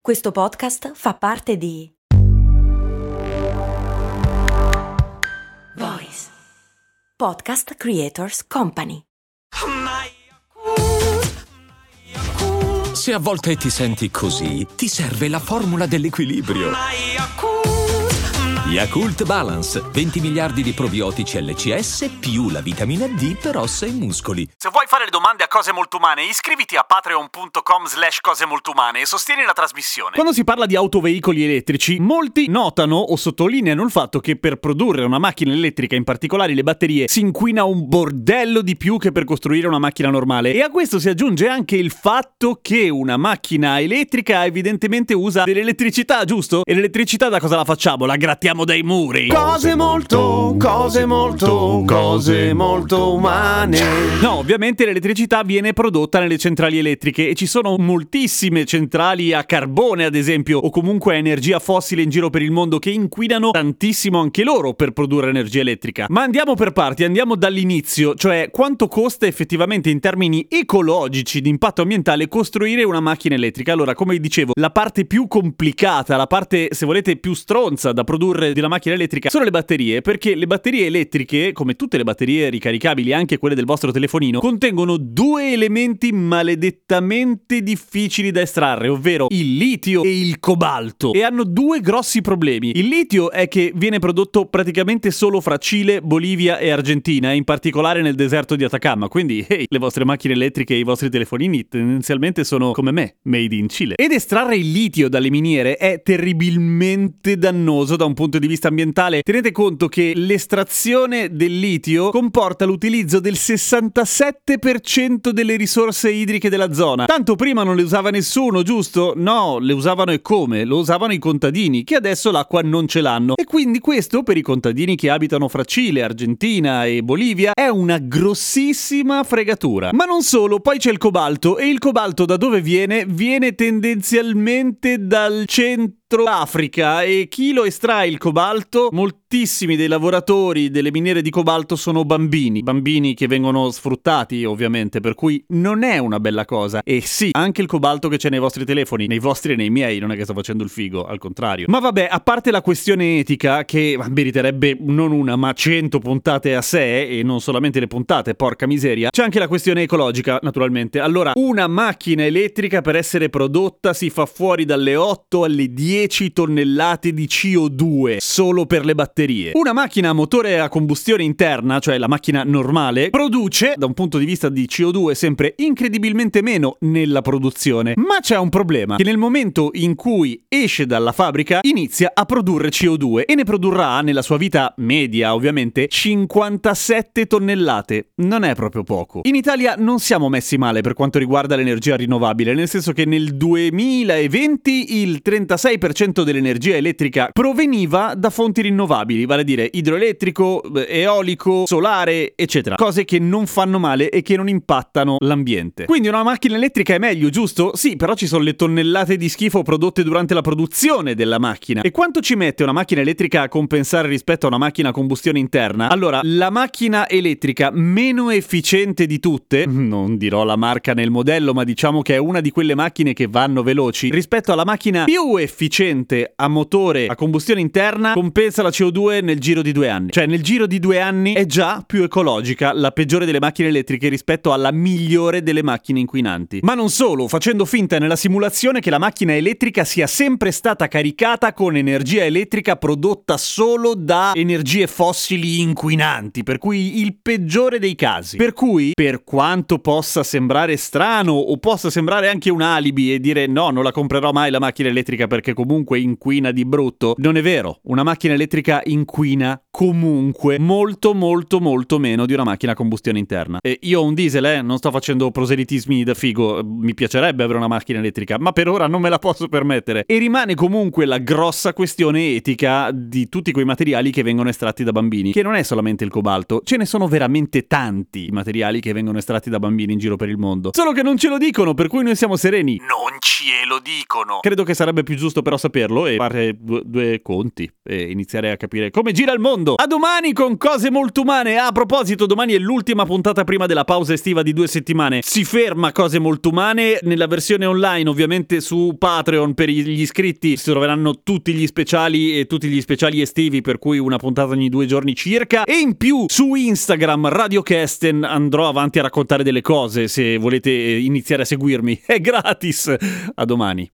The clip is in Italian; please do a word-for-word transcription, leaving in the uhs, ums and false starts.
Questo podcast fa parte di Voice Podcast Creators Company. Se a volte ti senti così, ti serve la formula dell'equilibrio. Yakult Balance, venti miliardi di probiotici L C S più la vitamina D per ossa e muscoli. Se vuoi fare domande a Cose Molto Umane, iscriviti a patreon.com slash cose molto umane e sostieni la trasmissione. Quando si parla di autoveicoli elettrici, molti notano o sottolineano il fatto che per produrre una macchina elettrica, in particolare le batterie, si inquina un bordello di più che per costruire una macchina normale. E a questo si aggiunge anche il fatto che una macchina elettrica evidentemente usa dell'elettricità, giusto? E l'elettricità da cosa la facciamo? La grattiamo dai muri. Cose molto, cose molto, cose molto umane. No, ovviamente l'elettricità viene prodotta nelle centrali elettriche e ci sono moltissime centrali a carbone, ad esempio, o comunque a energia fossile in giro per il mondo che inquinano tantissimo anche loro per produrre energia elettrica. Ma andiamo per parti, andiamo dall'inizio, cioè quanto costa effettivamente in termini ecologici di impatto ambientale costruire una macchina elettrica. Allora, come dicevo, la parte più complicata, la parte, se volete, più stronza da produrre di una macchina elettrica sono le batterie, perché le batterie elettriche, come tutte le batterie ricaricabili, anche quelle del vostro telefonino, contengono due elementi maledettamente difficili da estrarre, ovvero il litio e il cobalto, e hanno due grossi problemi. Il litio è che viene prodotto praticamente solo fra Cile, Bolivia e Argentina, e in particolare nel deserto di Atacama, quindi hey, le vostre macchine elettriche e i vostri telefonini tendenzialmente sono come me, made in Cile. Ed estrarre il litio dalle miniere è terribilmente dannoso da un punto di vista ambientale. Tenete conto che l'estrazione del litio comporta l'utilizzo del sessantasette per cento delle risorse idriche della zona. Tanto prima non le usava nessuno, giusto? No, le usavano e come? Lo usavano i contadini, che adesso l'acqua non ce l'hanno. E quindi questo, per i contadini che abitano fra Cile, Argentina e Bolivia, è una grossissima fregatura. Ma non solo, poi c'è il cobalto, e il cobalto da dove viene? Viene tendenzialmente dal centro Africa, e chi lo estrae il cobalto? Moltissimi dei lavoratori delle miniere di cobalto sono bambini, bambini che vengono sfruttati ovviamente, per cui non è una bella cosa. E sì, anche il cobalto che c'è nei vostri telefoni, nei vostri e nei miei, non è che sto facendo il figo, al contrario. Ma vabbè, a parte la questione etica, che meriterebbe non una ma cento puntate a sé, e non solamente le puntate, porca miseria, c'è anche la questione ecologica, naturalmente. Allora, una macchina elettrica per essere prodotta si fa fuori dalle otto alle dieci tonnellate di C O due solo per le batterie. Una macchina a motore a combustione interna, cioè la macchina normale, produce, da un punto di vista di C O due, sempre incredibilmente meno nella produzione. Ma c'è un problema, che nel momento in cui esce dalla fabbrica inizia a produrre C O due, e ne produrrà nella sua vita media, ovviamente, cinquantasette tonnellate. Non è proprio poco. In Italia non siamo messi male per quanto riguarda l'energia rinnovabile, nel senso che nel duemilaventi il trentasei per cento dell'energia elettrica proveniva da fonti rinnovabili, vale a dire idroelettrico, eolico, solare, eccetera. Cose che non fanno male e che non impattano l'ambiente. Quindi una macchina elettrica è meglio, giusto? Sì, però ci sono le tonnellate di schifo prodotte durante la produzione della macchina. E quanto ci mette una macchina elettrica a compensare rispetto a una macchina a combustione interna? Allora, la macchina elettrica meno efficiente di tutte, non dirò la marca nel modello, ma diciamo che è una di quelle macchine che vanno veloci, rispetto alla macchina più efficiente a motore a combustione interna, compensa la C O due nel giro di due anni. Cioè nel giro di due anni è già più ecologica la peggiore delle macchine elettriche rispetto alla migliore delle macchine inquinanti. Ma non solo, facendo finta nella simulazione che la macchina elettrica sia sempre stata caricata con energia elettrica prodotta solo da energie fossili inquinanti, per cui il peggiore dei casi. Per cui, per quanto possa sembrare strano o possa sembrare anche un alibi e dire no, non la comprerò mai la macchina elettrica perché comunque inquina di brutto, non è vero. Una macchina elettrica inquina comunque molto molto molto meno di una macchina a combustione interna. E io ho un diesel, eh, non sto facendo proselitismi da figo, mi piacerebbe avere una macchina elettrica, ma per ora non me la posso permettere. E rimane comunque la grossa questione etica di tutti quei materiali che vengono estratti da bambini, che non è solamente il cobalto, ce ne sono veramente tanti materiali che vengono estratti da bambini in giro per il mondo, solo che non ce lo dicono, per cui noi siamo sereni. Non ce lo dicono. Credo che sarebbe più giusto però saperlo e fare due, due conti e iniziare a capire capire come gira il mondo. A domani con Cose Molto Umane. A proposito, domani è l'ultima puntata prima della pausa estiva di due settimane. Si ferma Cose Molto Umane nella versione online, ovviamente su Patreon per gli iscritti si troveranno tutti gli speciali e tutti gli speciali estivi, per cui una puntata ogni due giorni circa, e in più su Instagram Radio Kesten andrò avanti a raccontare delle cose se volete iniziare a seguirmi. È gratis. A domani.